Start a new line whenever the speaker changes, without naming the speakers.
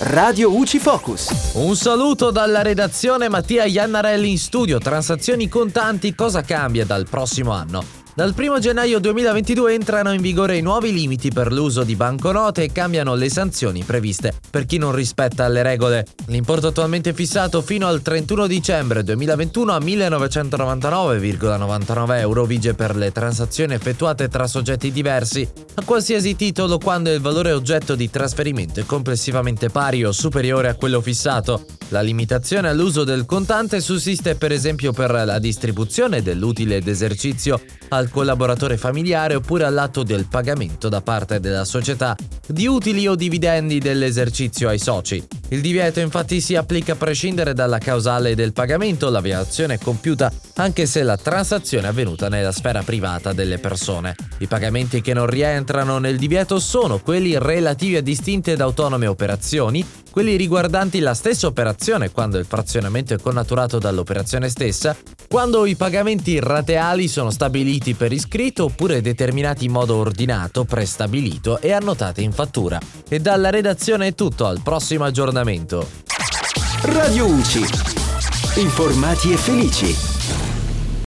Radio UCI Focus.
Un saluto dalla redazione, Mattia Iannarelli in studio. Transazioni contanti, cosa cambia dal prossimo anno? Dal 1 gennaio 2022 entrano in vigore i nuovi limiti per l'uso di banconote e cambiano le sanzioni previste per chi non rispetta le regole. L'importo attualmente fissato fino al 31 dicembre 2021 a 1.999,99 euro vige per le transazioni effettuate tra soggetti diversi, a qualsiasi titolo, quando il valore oggetto di trasferimento è complessivamente pari o superiore a quello fissato. La limitazione all'uso del contante sussiste per esempio per la distribuzione dell'utile d'esercizio al collaboratore familiare oppure all'atto del pagamento da parte della società di utili o dividendi dell'esercizio ai soci. Il divieto infatti si applica a prescindere dalla causale del pagamento, la violazione è compiuta anche se la transazione è avvenuta nella sfera privata delle persone. I pagamenti che non rientrano nel divieto sono quelli relativi a distinte ed autonome operazioni, quelli riguardanti la stessa operazione quando il frazionamento è connaturato dall'operazione stessa, quando i pagamenti rateali sono stabiliti per iscritto oppure determinati in modo ordinato, prestabilito e annotati in fattura. E dalla redazione è tutto, al prossimo aggiornamento.
Radio UCI. Informati e felici.